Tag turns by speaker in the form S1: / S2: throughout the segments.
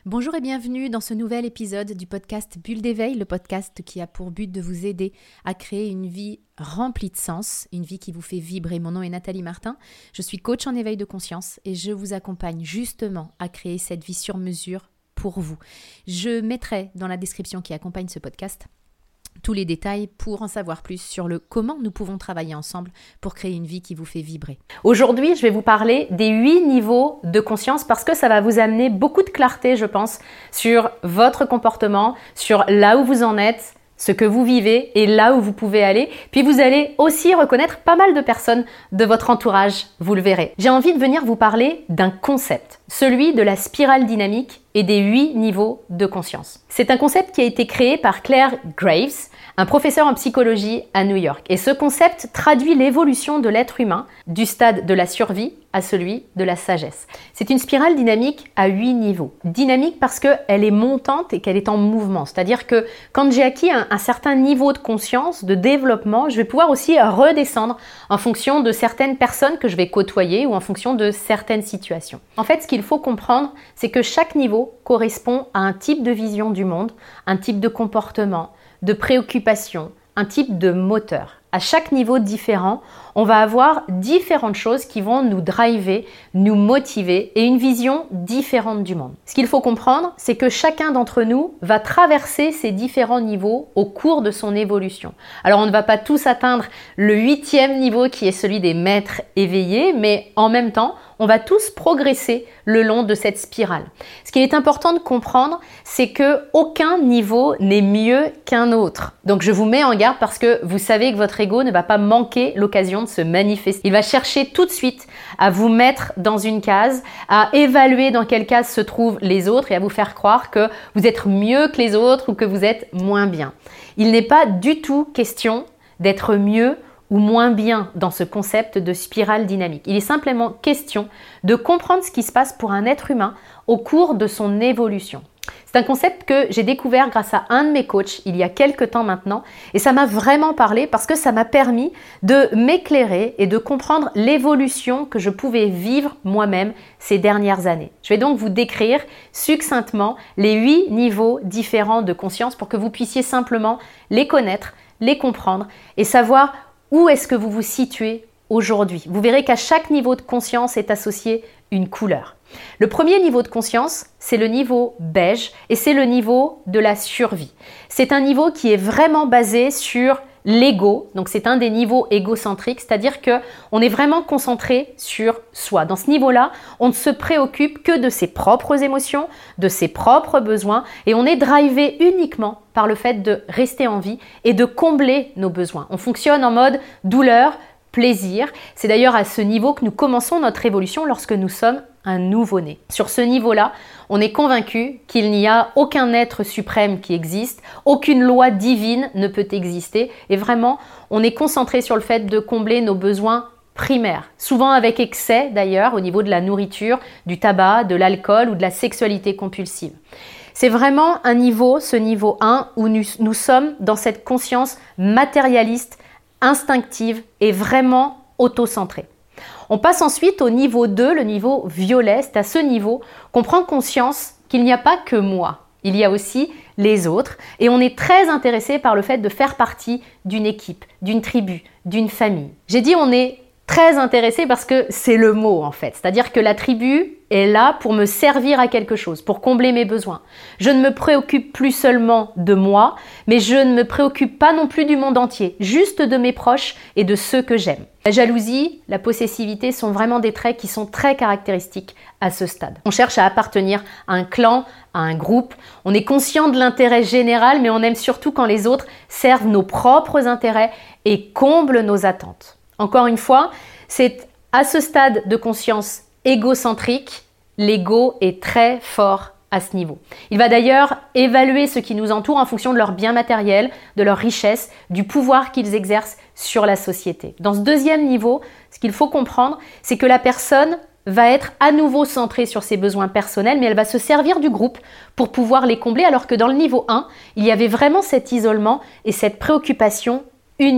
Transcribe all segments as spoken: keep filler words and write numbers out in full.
S1: Bonjour et bienvenue dans ce nouvel épisode du podcast Bulle d'éveil, le podcast qui a pour but de vous aider à créer une vie remplie de sens, une vie qui vous fait vibrer. Mon nom est Nathalie Martin, je suis coach en éveil de conscience et je vous accompagne justement à créer cette vie sur mesure pour vous. Je mettrai dans la description qui accompagne ce podcast tous les détails pour en savoir plus sur le comment nous pouvons travailler ensemble pour créer une vie qui vous fait vibrer. Aujourd'hui, je vais vous parler des huit niveaux de conscience parce que ça va vous amener beaucoup de clarté, je pense, sur votre comportement, sur là où vous en êtes, ce que vous vivez et là où vous pouvez aller. Puis vous allez aussi reconnaître pas mal de personnes de votre entourage, vous le verrez. J'ai envie de venir vous parler d'un concept, celui de la spirale dynamique et des huit niveaux de conscience. C'est un concept qui a été créé par Claire Graves, un professeur en psychologie à New York. Et ce concept traduit l'évolution de l'être humain du stade de la survie à celui de la sagesse. C'est une spirale dynamique à huit niveaux. Dynamique parce qu'elle est montante et qu'elle est en mouvement. C'est-à-dire que quand j'ai acquis un, un certain niveau de conscience, de développement, je vais pouvoir aussi redescendre en fonction de certaines personnes que je vais côtoyer ou en fonction de certaines situations. En fait, ce qu'il faut comprendre, c'est que chaque niveau correspond à un type de vision du monde, un type de comportement, de préoccupation, un type de moteur. À chaque niveau différent, on va avoir différentes choses qui vont nous driver, nous motiver et une vision différente du monde. Ce qu'il faut comprendre, c'est que chacun d'entre nous va traverser ces différents niveaux au cours de son évolution. Alors on ne va pas tous atteindre le huitième niveau qui est celui des maîtres éveillés, mais en même temps, on va tous progresser le long de cette spirale. Ce qui est important de comprendre, c'est que aucun niveau n'est mieux qu'un autre. Donc je vous mets en garde parce que vous savez que votre ego ne va pas manquer l'occasion de se manifester. Il va chercher tout de suite à vous mettre dans une case, à évaluer dans quelle case se trouvent les autres et à vous faire croire que vous êtes mieux que les autres ou que vous êtes moins bien. Il n'est pas du tout question d'être mieux ou moins bien dans ce concept de spirale dynamique. Il est simplement question de comprendre ce qui se passe pour un être humain au cours de son évolution. C'est un concept que j'ai découvert grâce à un de mes coachs il y a quelques temps maintenant et ça m'a vraiment parlé parce que ça m'a permis de m'éclairer et de comprendre l'évolution que je pouvais vivre moi-même ces dernières années. Je vais donc vous décrire succinctement les huit niveaux différents de conscience pour que vous puissiez simplement les connaître, les comprendre et savoir où est-ce que vous vous situez aujourd'hui. Vous verrez qu'à chaque niveau de conscience est associé une couleur. Le premier niveau de conscience, c'est le niveau beige et c'est le niveau de la survie. C'est un niveau qui est vraiment basé sur l'ego, donc c'est un des niveaux égocentriques, c'est-à-dire qu'on est vraiment concentré sur soi. Dans ce niveau-là, on ne se préoccupe que de ses propres émotions, de ses propres besoins et on est drivé uniquement par le fait de rester en vie et de combler nos besoins. On fonctionne en mode douleur, plaisir. C'est d'ailleurs à ce niveau que nous commençons notre évolution lorsque nous sommes un nouveau-né. Sur ce niveau-là, on est convaincu qu'il n'y a aucun être suprême qui existe, aucune loi divine ne peut exister et vraiment, on est concentré sur le fait de combler nos besoins primaires, souvent avec excès d'ailleurs au niveau de la nourriture, du tabac, de l'alcool ou de la sexualité compulsive. C'est vraiment un niveau, ce niveau un, où nous, nous sommes dans cette conscience matérialiste, instinctive et vraiment auto-centrée. On passe ensuite au niveau deux, le niveau violet. C'est à ce niveau qu'on prend conscience qu'il n'y a pas que moi. Il y a aussi les autres et on est très intéressé par le fait de faire partie d'une équipe, d'une tribu, d'une famille. J'ai dit on est très intéressé parce que c'est le mot en fait. C'est-à-dire que la tribu est là pour me servir à quelque chose, pour combler mes besoins. Je ne me préoccupe plus seulement de moi, mais je ne me préoccupe pas non plus du monde entier, juste de mes proches et de ceux que j'aime. La jalousie, la possessivité sont vraiment des traits qui sont très caractéristiques à ce stade. On cherche à appartenir à un clan, à un groupe. On est conscient de l'intérêt général, mais on aime surtout quand les autres servent nos propres intérêts et comblent nos attentes. Encore une fois, c'est à ce stade de conscience égocentrique, l'ego est très fort à ce niveau. Il va d'ailleurs évaluer ce qui nous entoure en fonction de leurs biens matériels, de leur richesse, du pouvoir qu'ils exercent sur la société. Dans ce deuxième niveau, ce qu'il faut comprendre, c'est que la personne va être à nouveau centrée sur ses besoins personnels, mais elle va se servir du groupe pour pouvoir les combler, alors que dans le niveau un, il y avait vraiment cet isolement et cette préoccupation unique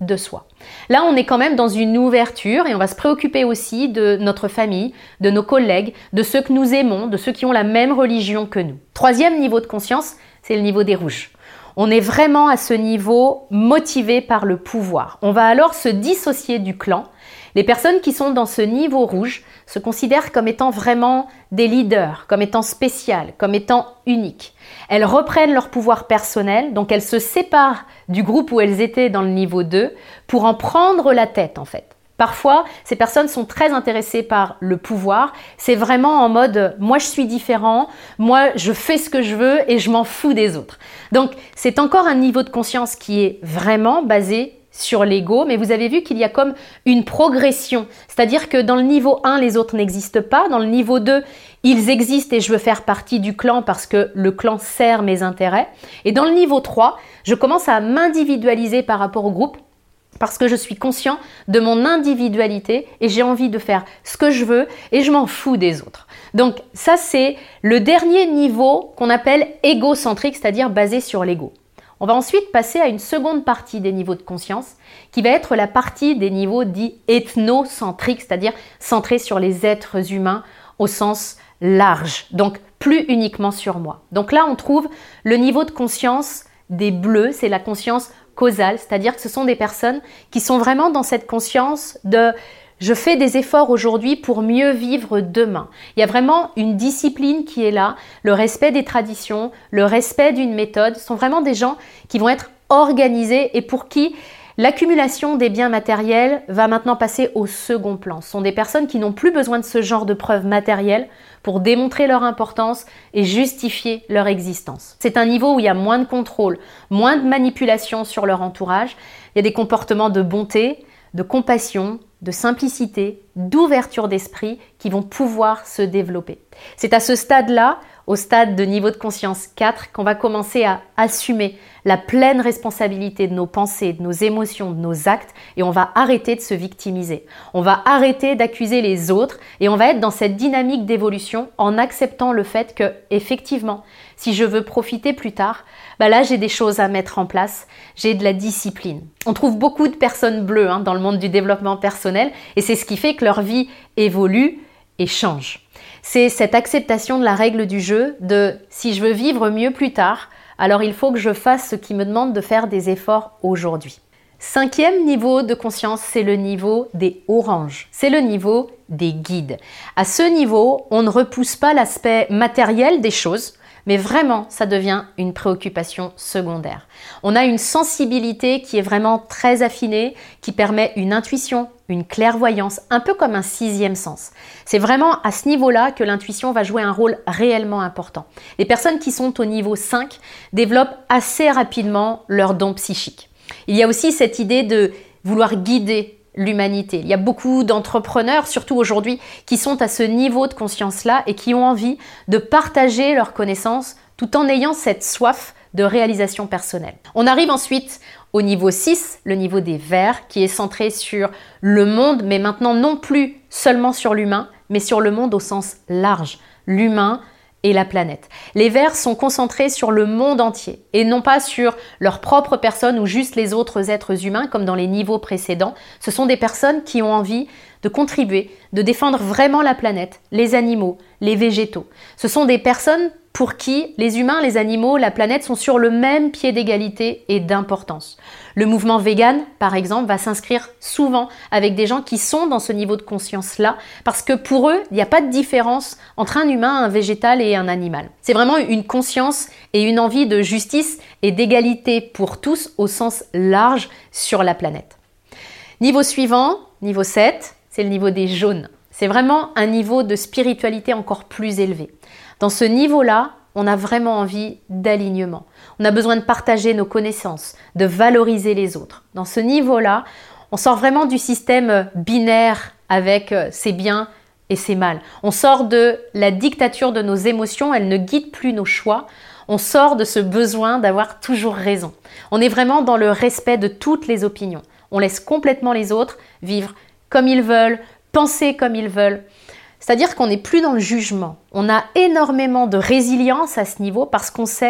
S1: de soi. Là, on est quand même dans une ouverture et on va se préoccuper aussi de notre famille, de nos collègues, de ceux que nous aimons, de ceux qui ont la même religion que nous. Troisième niveau de conscience, c'est le niveau des rouges. On est vraiment à ce niveau motivé par le pouvoir. On va alors se dissocier du clan. Les personnes qui sont dans ce niveau rouge se considèrent comme étant vraiment des leaders, comme étant spéciales, comme étant uniques. Elles reprennent leur pouvoir personnel, donc elles se séparent du groupe où elles étaient dans le niveau deux pour en prendre la tête en fait. Parfois, ces personnes sont très intéressées par le pouvoir. C'est vraiment en mode « moi je suis différent, moi je fais ce que je veux et je m'en fous des autres ». Donc, c'est encore un niveau de conscience qui est vraiment basé sur l'ego, mais vous avez vu qu'il y a comme une progression. C'est-à-dire que dans le niveau un, les autres n'existent pas. Dans le niveau deux, ils existent et je veux faire partie du clan parce que le clan sert mes intérêts. Et dans le niveau trois, je commence à m'individualiser par rapport au groupe, parce que je suis conscient de mon individualité et j'ai envie de faire ce que je veux et je m'en fous des autres. Donc ça, c'est le dernier niveau qu'on appelle égocentrique, c'est-à-dire basé sur l'ego. On va ensuite passer à une seconde partie des niveaux de conscience qui va être la partie des niveaux dits ethnocentriques, c'est-à-dire centrés sur les êtres humains au sens large, donc plus uniquement sur moi. Donc là, on trouve le niveau de conscience des bleus, c'est la conscience causale, c'est-à-dire que ce sont des personnes qui sont vraiment dans cette conscience de « je fais des efforts aujourd'hui pour mieux vivre demain ». Il y a vraiment une discipline qui est là, le respect des traditions, le respect d'une méthode. Ce sont vraiment des gens qui vont être organisés et pour qui l'accumulation des biens matériels va maintenant passer au second plan. Ce sont des personnes qui n'ont plus besoin de ce genre de preuves matérielles pour démontrer leur importance et justifier leur existence. C'est un niveau où il y a moins de contrôle, moins de manipulation sur leur entourage. Il y a des comportements de bonté, de compassion, de simplicité, d'ouverture d'esprit qui vont pouvoir se développer. C'est à ce stade-là, au stade de niveau de conscience quatre, qu'on va commencer à assumer la pleine responsabilité de nos pensées, de nos émotions, de nos actes et on va arrêter de se victimiser. On va arrêter d'accuser les autres et on va être dans cette dynamique d'évolution en acceptant le fait que, effectivement, si je veux profiter plus tard, bah là j'ai des choses à mettre en place, j'ai de la discipline. On trouve beaucoup de personnes bleues hein, dans le monde du développement personnel et c'est ce qui fait que leur vie évolue et change. C'est cette acceptation de la règle du jeu de si je veux vivre mieux plus tard, alors il faut que je fasse ce qui me demande de faire des efforts aujourd'hui. Cinquième niveau de conscience, c'est le niveau des oranges. C'est le niveau des guides. À ce niveau, on ne repousse pas l'aspect matériel des choses, mais vraiment, ça devient une préoccupation secondaire. On a une sensibilité qui est vraiment très affinée, qui permet une intuition, une clairvoyance, un peu comme un sixième sens. C'est vraiment à ce niveau-là que l'intuition va jouer un rôle réellement important. Les personnes qui sont au niveau cinq développent assez rapidement leur don psychique. Il y a aussi cette idée de vouloir guider l'humanité. Il y a beaucoup d'entrepreneurs, surtout aujourd'hui, qui sont à ce niveau de conscience-là et qui ont envie de partager leurs connaissances tout en ayant cette soif de réalisation personnelle. On arrive ensuite au niveau six, le niveau des vers, qui est centré sur le monde, mais maintenant non plus seulement sur l'humain, mais sur le monde au sens large, l'humain et la planète. Les vers sont concentrés sur le monde entier et non pas sur leur propre personne ou juste les autres êtres humains comme dans les niveaux précédents. Ce sont des personnes qui ont envie de contribuer, de défendre vraiment la planète, les animaux, les végétaux. Ce sont des personnes pour qui les humains, les animaux, la planète sont sur le même pied d'égalité et d'importance. Le mouvement vegan, par exemple, va s'inscrire souvent avec des gens qui sont dans ce niveau de conscience-là parce que pour eux, il n'y a pas de différence entre un humain, un végétal et un animal. C'est vraiment une conscience et une envie de justice et d'égalité pour tous au sens large sur la planète. Niveau suivant, niveau sept, c'est le niveau des jaunes. C'est vraiment un niveau de spiritualité encore plus élevé. Dans ce niveau-là, on a vraiment envie d'alignement. On a besoin de partager nos connaissances, de valoriser les autres. Dans ce niveau-là, on sort vraiment du système binaire avec ses biens et ses mal. On sort de la dictature de nos émotions, elle ne guide plus nos choix. On sort de ce besoin d'avoir toujours raison. On est vraiment dans le respect de toutes les opinions. On laisse complètement les autres vivre comme ils veulent, penser comme ils veulent. C'est-à-dire qu'on n'est plus dans le jugement. On a énormément de résilience à ce niveau parce qu'on sait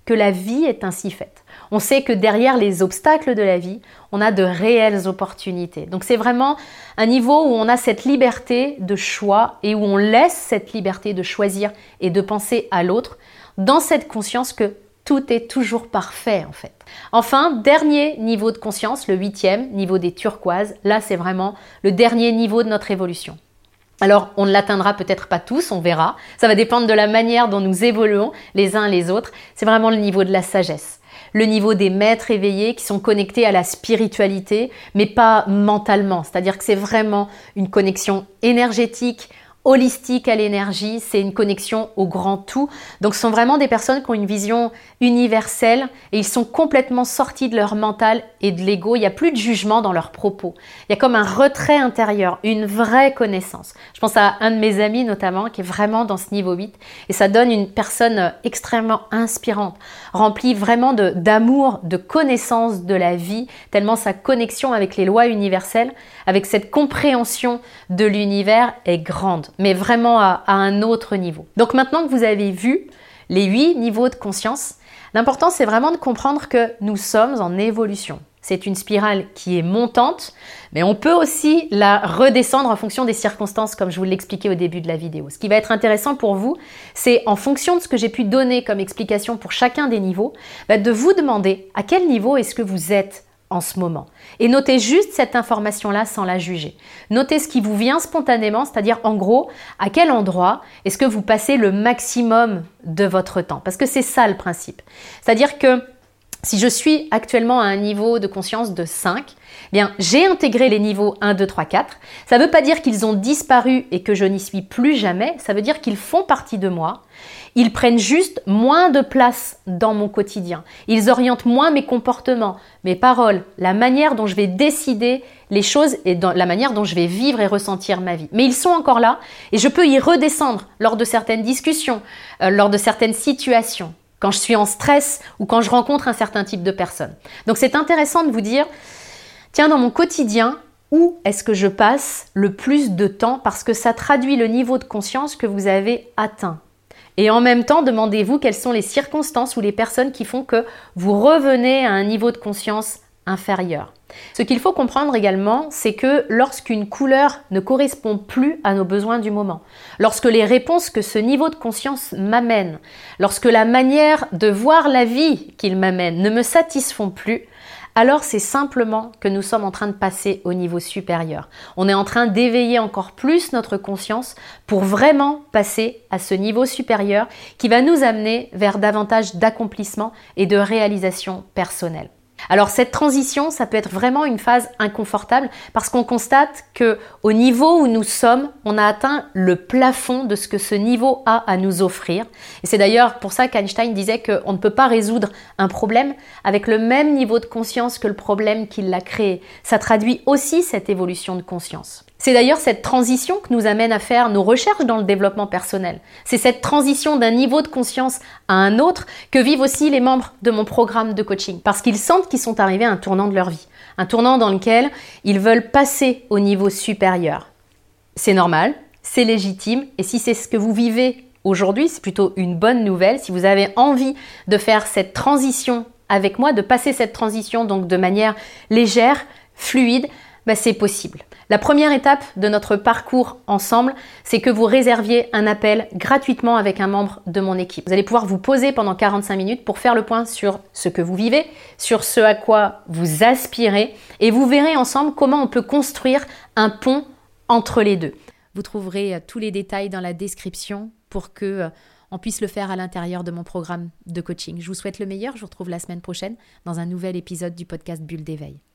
S1: que la vie est ainsi faite. On sait que derrière les obstacles de la vie, on a de réelles opportunités. Donc c'est vraiment un niveau où on a cette liberté de choix et où on laisse cette liberté de choisir et de penser à l'autre dans cette conscience que tout est toujours parfait en fait. Enfin, dernier niveau de conscience, le huitième, niveau des turquoises. Là, c'est vraiment le dernier niveau de notre évolution. Alors, on ne l'atteindra peut-être pas tous, on verra. Ça va dépendre de la manière dont nous évoluons les uns les autres. C'est vraiment le niveau de la sagesse. Le niveau des maîtres éveillés qui sont connectés à la spiritualité, mais pas mentalement. C'est-à-dire que c'est vraiment une connexion énergétique, holistique à l'énergie, c'est une connexion au grand tout. Donc ce sont vraiment des personnes qui ont une vision universelle et ils sont complètement sortis de leur mental et de l'ego. Il n'y a plus de jugement dans leurs propos. Il y a comme un retrait intérieur, une vraie connaissance. Je pense à un de mes amis notamment qui est vraiment dans ce niveau huit et ça donne une personne extrêmement inspirante, remplie vraiment de, d'amour, de connaissance de la vie, tellement sa connexion avec les lois universelles, avec cette compréhension de l'univers est grande, mais vraiment à, à un autre niveau. Donc maintenant que vous avez vu les huit niveaux de conscience, l'important c'est vraiment de comprendre que nous sommes en évolution. C'est une spirale qui est montante, mais on peut aussi la redescendre en fonction des circonstances, comme je vous l'expliquais au début de la vidéo. Ce qui va être intéressant pour vous, c'est en fonction de ce que j'ai pu donner comme explication pour chacun des niveaux, bah de vous demander à quel niveau est-ce que vous êtes en ce moment. Et notez juste cette information-là sans la juger. Notez ce qui vous vient spontanément, c'est-à-dire en gros, à quel endroit est-ce que vous passez le maximum de votre temps. Parce que c'est ça le principe. C'est-à-dire que si je suis actuellement à un niveau de conscience de cinq, eh bien, j'ai intégré les niveaux un, deux, trois, quatre. Ça ne veut pas dire qu'ils ont disparu et que je n'y suis plus jamais. Ça veut dire qu'ils font partie de moi. Ils prennent juste moins de place dans mon quotidien. Ils orientent moins mes comportements, mes paroles, la manière dont je vais décider les choses et dans la manière dont je vais vivre et ressentir ma vie. Mais ils sont encore là et je peux y redescendre lors de certaines discussions, euh, lors de certaines situations, quand je suis en stress ou quand je rencontre un certain type de personnes. Donc c'est intéressant de vous dire, tiens, dans mon quotidien, où est-ce que je passe le plus de temps parce que ça traduit le niveau de conscience que vous avez atteint. Et en même temps, demandez-vous quelles sont les circonstances ou les personnes qui font que vous revenez à un niveau de conscience inférieur. Ce qu'il faut comprendre également, c'est que lorsqu'une couleur ne correspond plus à nos besoins du moment, lorsque les réponses que ce niveau de conscience m'amène, lorsque la manière de voir la vie qu'il m'amène ne me satisfont plus, alors c'est simplement que nous sommes en train de passer au niveau supérieur. On est en train d'éveiller encore plus notre conscience pour vraiment passer à ce niveau supérieur qui va nous amener vers davantage d'accomplissement et de réalisation personnelle. Alors cette transition, ça peut être vraiment une phase inconfortable parce qu'on constate que au niveau où nous sommes, on a atteint le plafond de ce que ce niveau a à nous offrir. Et c'est d'ailleurs pour ça qu'Einstein disait qu'on ne peut pas résoudre un problème avec le même niveau de conscience que le problème qui l'a créé. Ça traduit aussi cette évolution de conscience. C'est d'ailleurs cette transition que nous amène à faire nos recherches dans le développement personnel. C'est cette transition d'un niveau de conscience à un autre que vivent aussi les membres de mon programme de coaching. Parce qu'ils sentent qu'ils sont arrivés à un tournant de leur vie. Un tournant dans lequel ils veulent passer au niveau supérieur. C'est normal, c'est légitime. Et si c'est ce que vous vivez aujourd'hui, c'est plutôt une bonne nouvelle. Si vous avez envie de faire cette transition avec moi, de passer cette transition donc de manière légère, fluide, ben c'est possible. La première étape de notre parcours ensemble, c'est que vous réserviez un appel gratuitement avec un membre de mon équipe. Vous allez pouvoir vous poser pendant quarante-cinq minutes pour faire le point sur ce que vous vivez, sur ce à quoi vous aspirez et vous verrez ensemble comment on peut construire un pont entre les deux. Vous trouverez tous les détails dans la description pour que on puisse le faire à l'intérieur de mon programme de coaching. Je vous souhaite le meilleur. Je vous retrouve la semaine prochaine dans un nouvel épisode du podcast Bulle d'éveil.